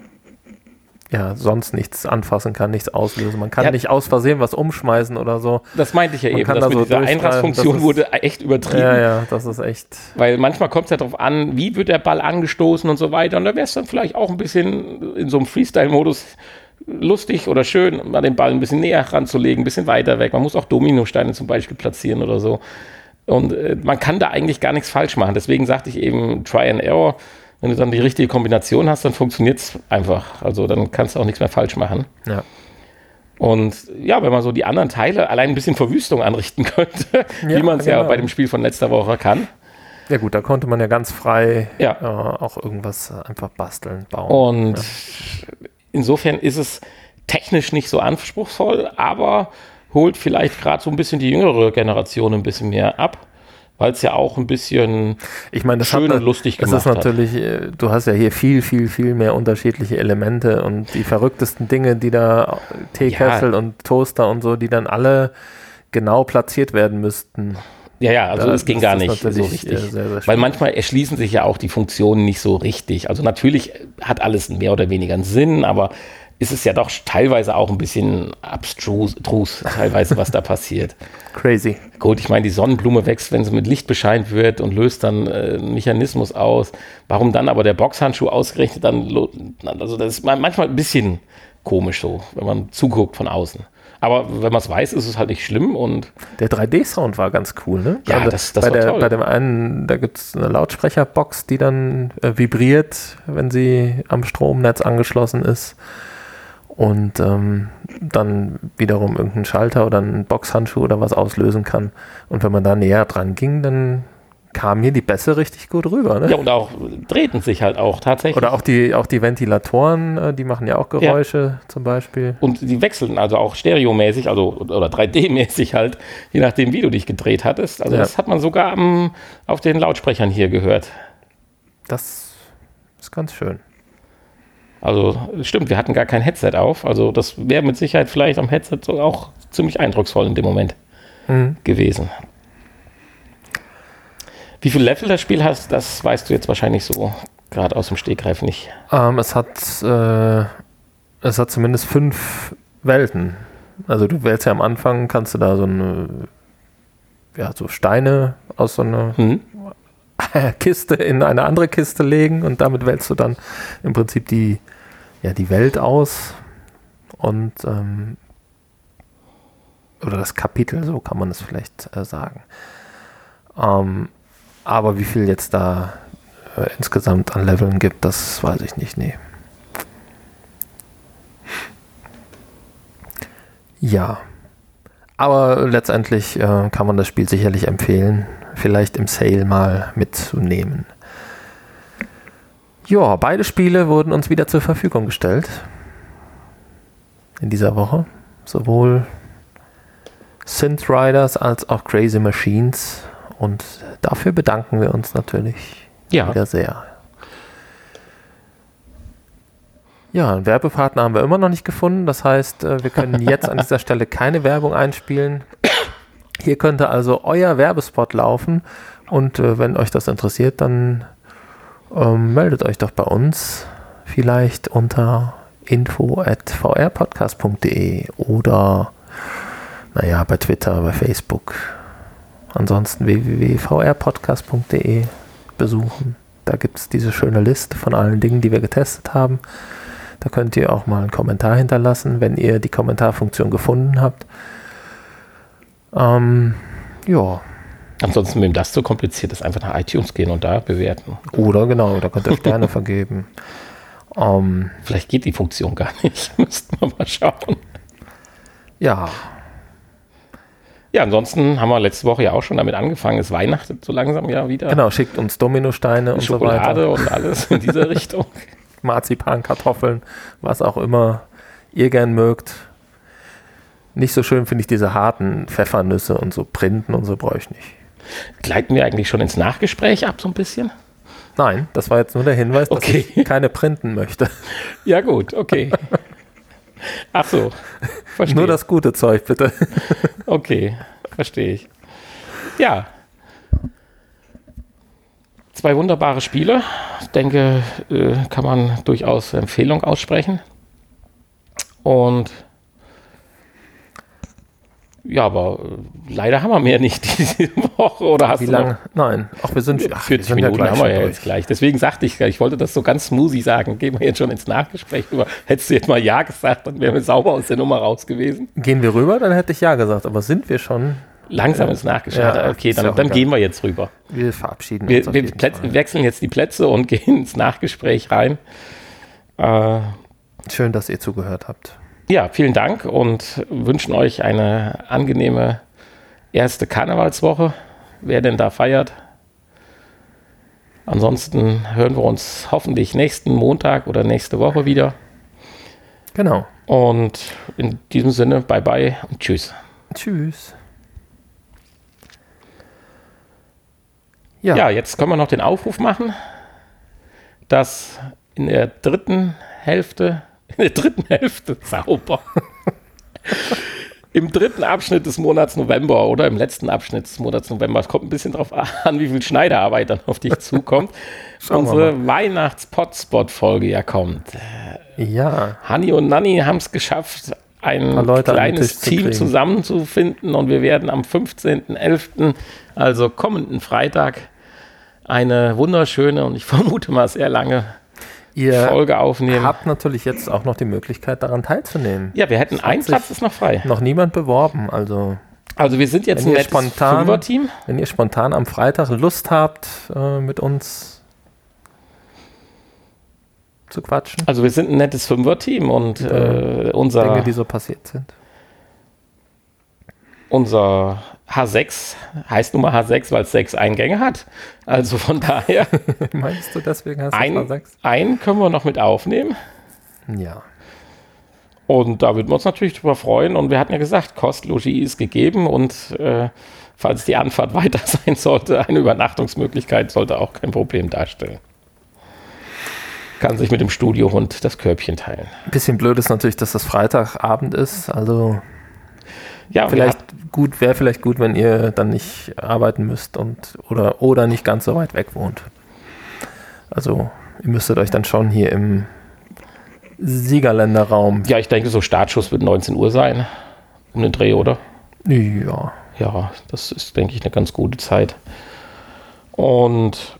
sonst nichts anfassen kann, nichts auslösen. Man kann nicht aus Versehen was umschmeißen oder so. Das meinte ich ja eben, dass mit so dieser Einrastfunktion wurde echt übertrieben. Ja, das ist echt. Weil manchmal kommt es ja darauf an, wie wird der Ball angestoßen und so weiter. Und da wäre es dann vielleicht auch ein bisschen in so einem Freestyle-Modus lustig oder schön, mal den Ball ein bisschen näher ranzulegen, ein bisschen weiter weg. Man muss auch Dominosteine zum Beispiel platzieren oder so. Und man kann da eigentlich gar nichts falsch machen. Deswegen sagte ich eben Try and Error. Wenn du dann die richtige Kombination hast, dann funktioniert es einfach. Also dann kannst du auch nichts mehr falsch machen. Ja. Und ja, wenn man so die anderen Teile allein ein bisschen Verwüstung anrichten könnte, wie man es ja bei dem Spiel von letzter Woche kann. Ja gut, da konnte man ja ganz frei auch irgendwas einfach basteln, bauen. Und insofern ist es technisch nicht so anspruchsvoll, aber holt vielleicht gerade so ein bisschen die jüngere Generation ein bisschen mehr ab. Weil es ja auch ein bisschen schön und lustig gemacht hat. Das ist natürlich, du hast ja hier viel, viel, viel mehr unterschiedliche Elemente und die verrücktesten Dinge, die da, Teekessel und Toaster und so, die dann alle genau platziert werden müssten. Ja, also es ging gar nicht so richtig. Sehr, sehr weil manchmal erschließen sich ja auch die Funktionen nicht so richtig. Also natürlich hat alles mehr oder weniger einen Sinn, aber ist es ja doch teilweise auch ein bisschen abstrus, teilweise, was da passiert. Crazy. Gut, ich meine, die Sonnenblume wächst, wenn sie mit Licht bescheint wird und löst dann einen Mechanismus aus. Warum dann aber der Boxhandschuh ausgerechnet dann, also das ist manchmal ein bisschen komisch so, wenn man zuguckt von außen. Aber wenn man es weiß, ist es halt nicht schlimm. Und der 3D-Sound war ganz cool, ne? Ja, also das war toll. Bei dem einen, da gibt es eine Lautsprecherbox, die dann vibriert, wenn sie am Stromnetz angeschlossen ist. Und dann wiederum irgendeinen Schalter oder einen Boxhandschuh oder was auslösen kann. Und wenn man da näher dran ging, dann kamen hier die Bässe richtig gut rüber. Ne? Ja, und auch drehten sich halt auch tatsächlich. Oder auch die Ventilatoren, die machen ja auch Geräusche zum Beispiel. Und die wechseln also auch stereomäßig, also oder 3D-mäßig halt, je nachdem, wie du dich gedreht hattest. Also das hat man sogar auf den Lautsprechern hier gehört. Das ist ganz schön. Also stimmt, wir hatten gar kein Headset auf. Also das wäre mit Sicherheit vielleicht am Headset so auch ziemlich eindrucksvoll in dem Moment gewesen. Wie viel Level das Spiel hast, das weißt du jetzt wahrscheinlich so gerade aus dem Stegreif nicht. Es hat zumindest 5 Welten. Also du wählst ja am Anfang, kannst du da so Steine aus so einer Kiste in eine andere Kiste legen und damit wählst du dann im Prinzip die Welt aus und oder das Kapitel, so kann man es vielleicht sagen. Aber wie viel jetzt da insgesamt an Leveln gibt, das weiß ich nicht, nee. Ja, aber letztendlich kann man das Spiel sicherlich empfehlen, vielleicht im Sale mal mitzunehmen. Ja, beide Spiele wurden uns wieder zur Verfügung gestellt in dieser Woche. Sowohl Synth Riders als auch Crazy Machines. Und dafür bedanken wir uns natürlich wieder sehr. Ja, einen Werbepartner haben wir immer noch nicht gefunden. Das heißt, wir können jetzt an dieser Stelle keine Werbung einspielen. Hier könnte also euer Werbespot laufen. Und wenn euch das interessiert, dann meldet euch doch bei uns. Vielleicht unter info@vrpodcast.de oder bei Twitter, bei Facebook. Ansonsten www.vrpodcast.de besuchen. Da gibt es diese schöne Liste von allen Dingen, die wir getestet haben. Da könnt ihr auch mal einen Kommentar hinterlassen, wenn ihr die Kommentarfunktion gefunden habt. Ansonsten, wem das so kompliziert ist, einfach nach iTunes gehen und da bewerten. Oder da könnt ihr Sterne vergeben. Vielleicht geht die Funktion gar nicht. Müssten wir mal schauen. Ja. Ja, ansonsten haben wir letzte Woche ja auch schon damit angefangen. Es weihnachtet so langsam ja wieder. Genau, schickt uns Dominosteine und so weiter. Schokolade und alles in dieser Richtung. Marzipan, Kartoffeln, was auch immer ihr gern mögt. Nicht so schön finde ich diese harten Pfeffernüsse und so Printen und so brauche ich nicht. Gleiten wir eigentlich schon ins Nachgespräch ab so ein bisschen? Nein, das war jetzt nur der Hinweis, dass ich keine Printen möchte. Ja gut, okay. Ach so, verstehe. Nur das gute Zeug, bitte. Okay, verstehe ich. Ja. 2 wunderbare Spiele. Ich denke, kann man durchaus Empfehlung aussprechen. Und ja, aber leider haben wir mehr nicht diese Woche. Oder hast Wie du lange? Nein, wir sind 40 Minuten haben wir ja jetzt gleich. Deswegen sagte ich wollte das so ganz smoothie sagen. Gehen wir jetzt schon ins Nachgespräch rüber. Hättest du jetzt mal Ja gesagt, dann wären wir sauber aus der Nummer raus gewesen. Gehen wir rüber, dann hätte ich Ja gesagt. Aber sind wir schon? Langsam ins Nachgespräch. Ja, okay, dann gehen wir jetzt rüber. Wir verabschieden uns. Wir wechseln jetzt die Plätze und gehen ins Nachgespräch rein. Schön, dass ihr zugehört habt. Ja, vielen Dank und wünschen euch eine angenehme erste Karnevalswoche, wer denn da feiert. Ansonsten hören wir uns hoffentlich nächsten Montag oder nächste Woche wieder. Genau. Und in diesem Sinne, bye bye und tschüss. Tschüss. Ja, jetzt können wir noch den Aufruf machen, dass in der dritten Hälfte sauber. im dritten Abschnitt des Monats November oder im letzten Abschnitt des Monats November, es kommt ein bisschen drauf an, wie viel Schneiderarbeit dann auf dich zukommt, unsere Weihnachts-Potspot-Folge ja kommt. Ja. Hanni und Nanni haben es geschafft, ein kleines Team zusammenzufinden und wir werden am 15.11., also kommenden Freitag, eine wunderschöne und ich vermute mal sehr lange Folge aufnehmen. Ihr habt natürlich jetzt auch noch die Möglichkeit, daran teilzunehmen. Ja, wir hätten einen Platz, ist noch frei. Noch niemand beworben, also wir sind jetzt ein nettes Fünfer-Team. Wenn ihr spontan am Freitag Lust habt, mit uns zu quatschen. Also wir sind ein nettes Fünfer-Team und unser Dinge, die so passiert sind. Unser H6 heißt nun mal H6, weil es 6 Eingänge hat. Also von daher. Meinst du, deswegen heißt es H6? Einen können wir noch mit aufnehmen. Ja. Und da würden wir uns natürlich drüber freuen. Und wir hatten ja gesagt, Kost, Logis ist gegeben. Und falls die Anfahrt weiter sein sollte, eine Übernachtungsmöglichkeit sollte auch kein Problem darstellen. Kann sich mit dem Studiohund das Körbchen teilen. Ein bisschen blöd ist natürlich, dass das Freitagabend ist. Also ja, wäre vielleicht gut, wenn ihr dann nicht arbeiten müsst oder nicht ganz so weit weg wohnt. Also ihr müsstet euch dann schon hier im Siegerländerraum. Ja, ich denke, so Startschuss wird 19 Uhr sein. Um den Dreh, oder? Ja. Ja, das ist, denke ich, eine ganz gute Zeit. Und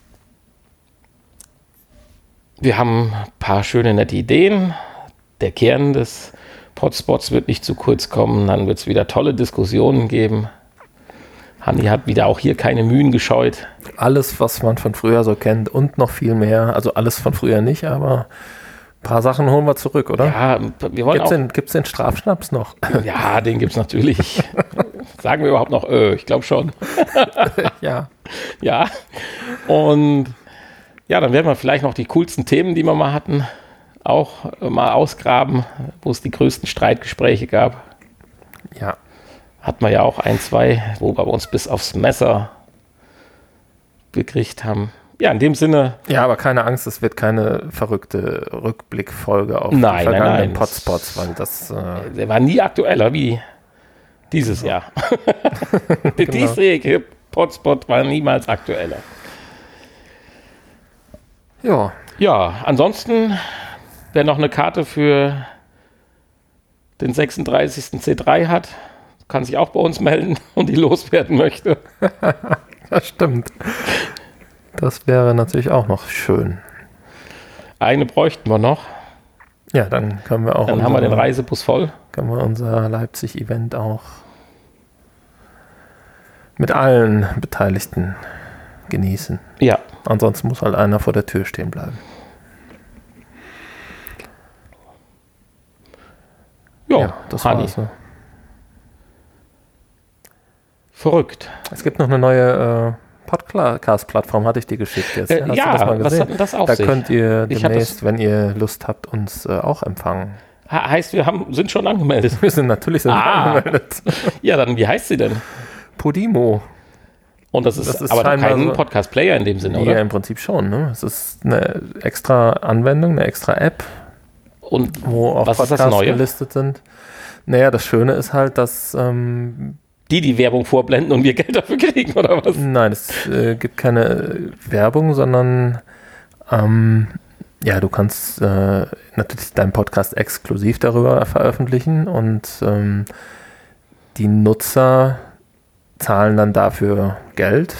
wir haben ein paar schöne, nette Ideen. Der Kern des Potspots wird nicht zu kurz kommen, dann wird es wieder tolle Diskussionen geben. Hanni hat wieder auch hier keine Mühen gescheut. Alles, was man von früher so kennt und noch viel mehr. Also alles von früher nicht, aber ein paar Sachen holen wir zurück, oder? Ja, wir wollen Gibt's den Strafschnaps noch? Ja, den gibt es natürlich. Sagen wir überhaupt noch, ich glaube schon. Ja. Ja, und ja, dann werden wir vielleicht noch die coolsten Themen, die wir mal hatten, auch mal ausgraben, wo es die größten Streitgespräche gab. Ja. Hatten wir ja auch 1, 2, wo wir uns bis aufs Messer gekriegt haben. Ja, in dem Sinne. Ja, aber keine Angst, es wird keine verrückte Rückblickfolge auf die vergangenen Potspots, weil das der war nie aktueller wie dieses Jahr. Der diesjährige Potspot war niemals aktueller. Ja. Ja, ansonsten, wer noch eine Karte für den 36. C3 hat, kann sich auch bei uns melden und die loswerden möchte. Das stimmt. Das wäre natürlich auch noch schön. Eine bräuchten wir noch. Ja, dann können wir auch. Dann haben wir den Reisebus voll. Können wir unser Leipzig-Event auch mit allen Beteiligten genießen. Ja. Ansonsten muss halt einer vor der Tür stehen bleiben. Ja, das war's. Ne? Verrückt. Es gibt noch eine neue Podcast-Plattform, hatte ich dir geschickt jetzt. Hast du das mal gesehen? Was hat denn das auf da sich? Könnt ihr demnächst, wenn ihr Lust habt, uns auch empfangen. Heißt, wir sind schon angemeldet? Wir sind angemeldet. Ja, dann, wie heißt sie denn? Podimo. Und das ist aber kein so Podcast-Player in dem Sinne, oder? Ja, im Prinzip schon. Ne? Es ist eine extra Anwendung, eine extra App, und wo auch Podcasts gelistet sind. Naja, das Schöne ist halt, dass die Werbung vorblenden und wir Geld dafür kriegen, oder was? Nein, es gibt keine Werbung, sondern ja, du kannst natürlich deinen Podcast exklusiv darüber veröffentlichen und die Nutzer zahlen dann dafür Geld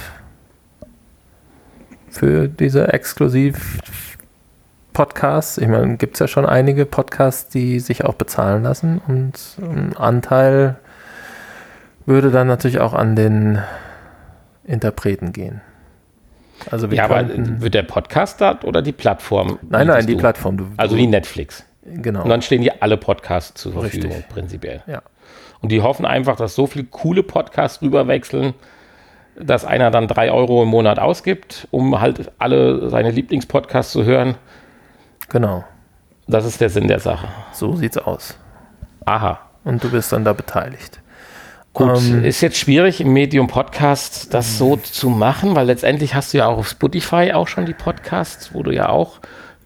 für diese Exklusiv-Podcasts. Ich meine, gibt es ja schon einige Podcasts, die sich auch bezahlen lassen und ein Anteil würde dann natürlich auch an den Interpreten gehen. Also ja, aber wird der Podcast da oder die Plattform? Nein, die Plattform. Also wie Netflix. Genau. Und dann stehen dir alle Podcasts zur Verfügung, richtig, prinzipiell. Ja. Und die hoffen einfach, dass so viele coole Podcasts rüberwechseln, dass einer dann 3 Euro im Monat ausgibt, um halt alle seine Lieblingspodcasts zu hören. Genau. Das ist der Sinn der Sache. So sieht's aus. Aha. Und du bist dann da beteiligt. Gut, ist jetzt schwierig im Medium Podcast das so zu machen, weil letztendlich hast du ja auch auf Spotify auch schon die Podcasts, wo du ja auch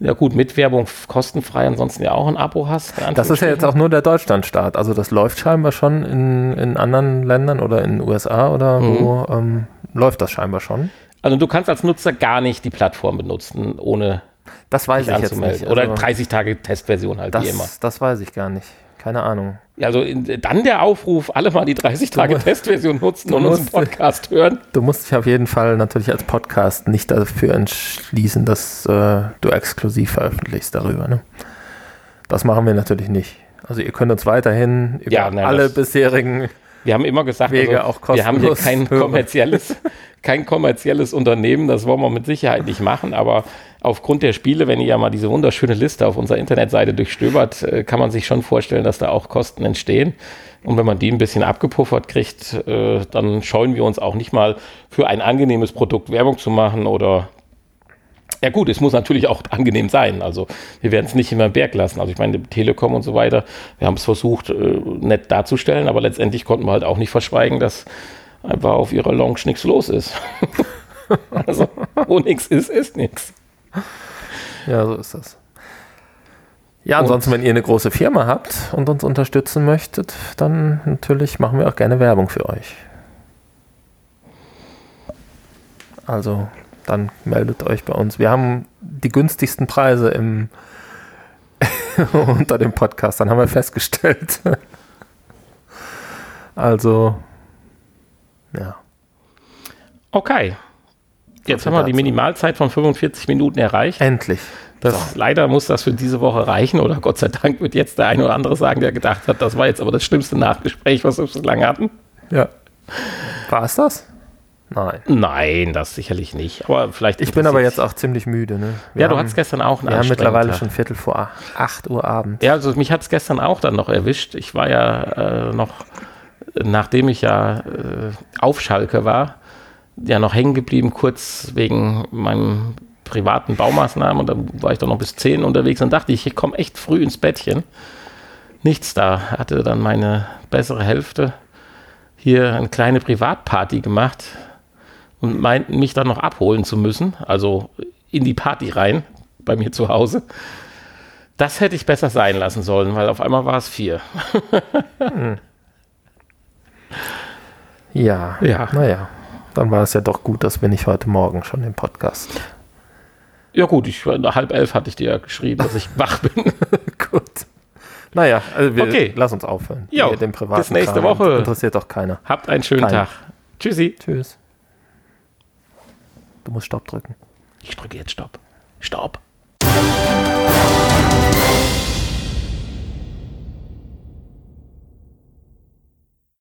Ja gut, mit Werbung kostenfrei, ansonsten ja auch ein Abo hast. Das ist ja jetzt auch nur der Deutschlandstart. Also das läuft scheinbar schon in anderen Ländern oder in den USA oder wo läuft das scheinbar schon. Also du kannst als Nutzer gar nicht die Plattform benutzen, ohne das weiß ich jetzt nicht. Oder 30 Tage Testversion halt wie immer. Das weiß ich gar nicht. Keine Ahnung. Also dann der Aufruf, alle mal die 30 Tage Testversion nutzen und unseren Podcast hören. Du musst dich auf jeden Fall natürlich als Podcast nicht dafür entschließen, dass du exklusiv veröffentlichst darüber. Ne? Das machen wir natürlich nicht. Also ihr könnt uns weiterhin über alle bisherigen wir haben immer gesagt, Wege auch kostenlos wir haben hier kein kommerzielles Unternehmen, das wollen wir mit Sicherheit nicht machen, aber aufgrund der Spiele, wenn ihr ja mal diese wunderschöne Liste auf unserer Internetseite durchstöbert, kann man sich schon vorstellen, dass da auch Kosten entstehen. Und wenn man die ein bisschen abgepuffert kriegt, dann scheuen wir uns auch nicht mal für ein angenehmes Produkt Werbung zu machen oder ja gut, es muss natürlich auch angenehm sein. Also wir werden es nicht immer im Berg lassen. Also ich meine, Telekom und so weiter, wir haben es versucht, nett darzustellen, aber letztendlich konnten wir halt auch nicht verschweigen, dass einfach auf ihrer Lounge nichts los ist. Also wo nichts ist nichts. Ja, so ist das. Ja, ansonsten, wenn ihr eine große Firma habt und uns unterstützen möchtet, dann natürlich machen wir auch gerne Werbung für euch. Also dann meldet euch bei uns. Wir haben die günstigsten Preise unter dem Podcast, dann haben wir festgestellt. Also, ja. Okay. Jetzt haben wir die Minimalzeit von 45 Minuten erreicht. Endlich. Leider muss das für diese Woche reichen, oder Gott sei Dank wird jetzt der eine oder andere sagen, der gedacht hat, das war jetzt aber das schlimmste Nachgespräch, was wir bislang hatten. Ja. War es das? Nein, das sicherlich nicht. Aber vielleicht. Ich bin aber jetzt auch ziemlich müde. Ne? Du hattest gestern auch einen Wir haben mittlerweile schon 7:45 abends. Ja, also mich hat es gestern auch dann noch erwischt. Ich war ja noch, nachdem ich ja auf Schalke war, ja noch hängen geblieben, kurz wegen meinem privaten Baumaßnahmen. Und dann war ich doch noch bis 10 unterwegs und dachte ich komme echt früh ins Bettchen. Nichts da. Hatte dann meine bessere Hälfte hier eine kleine Privatparty gemacht und meinten, mich dann noch abholen zu müssen, also in die Party rein, bei mir zu Hause. Das hätte ich besser sein lassen sollen, weil auf einmal war es 4. Ja, naja, dann war es ja doch gut, dass wir nicht heute Morgen schon den Podcast. Ja gut, 10:30 hatte ich dir ja geschrieben, dass ich wach bin. Gut. Naja, also lass uns aufhören. Jo, den privaten bis nächste Kram Woche. Interessiert doch keiner. Habt einen schönen Tag. Tschüssi. Tschüss. Du musst Stopp drücken. Ich drücke jetzt Stopp. Stopp.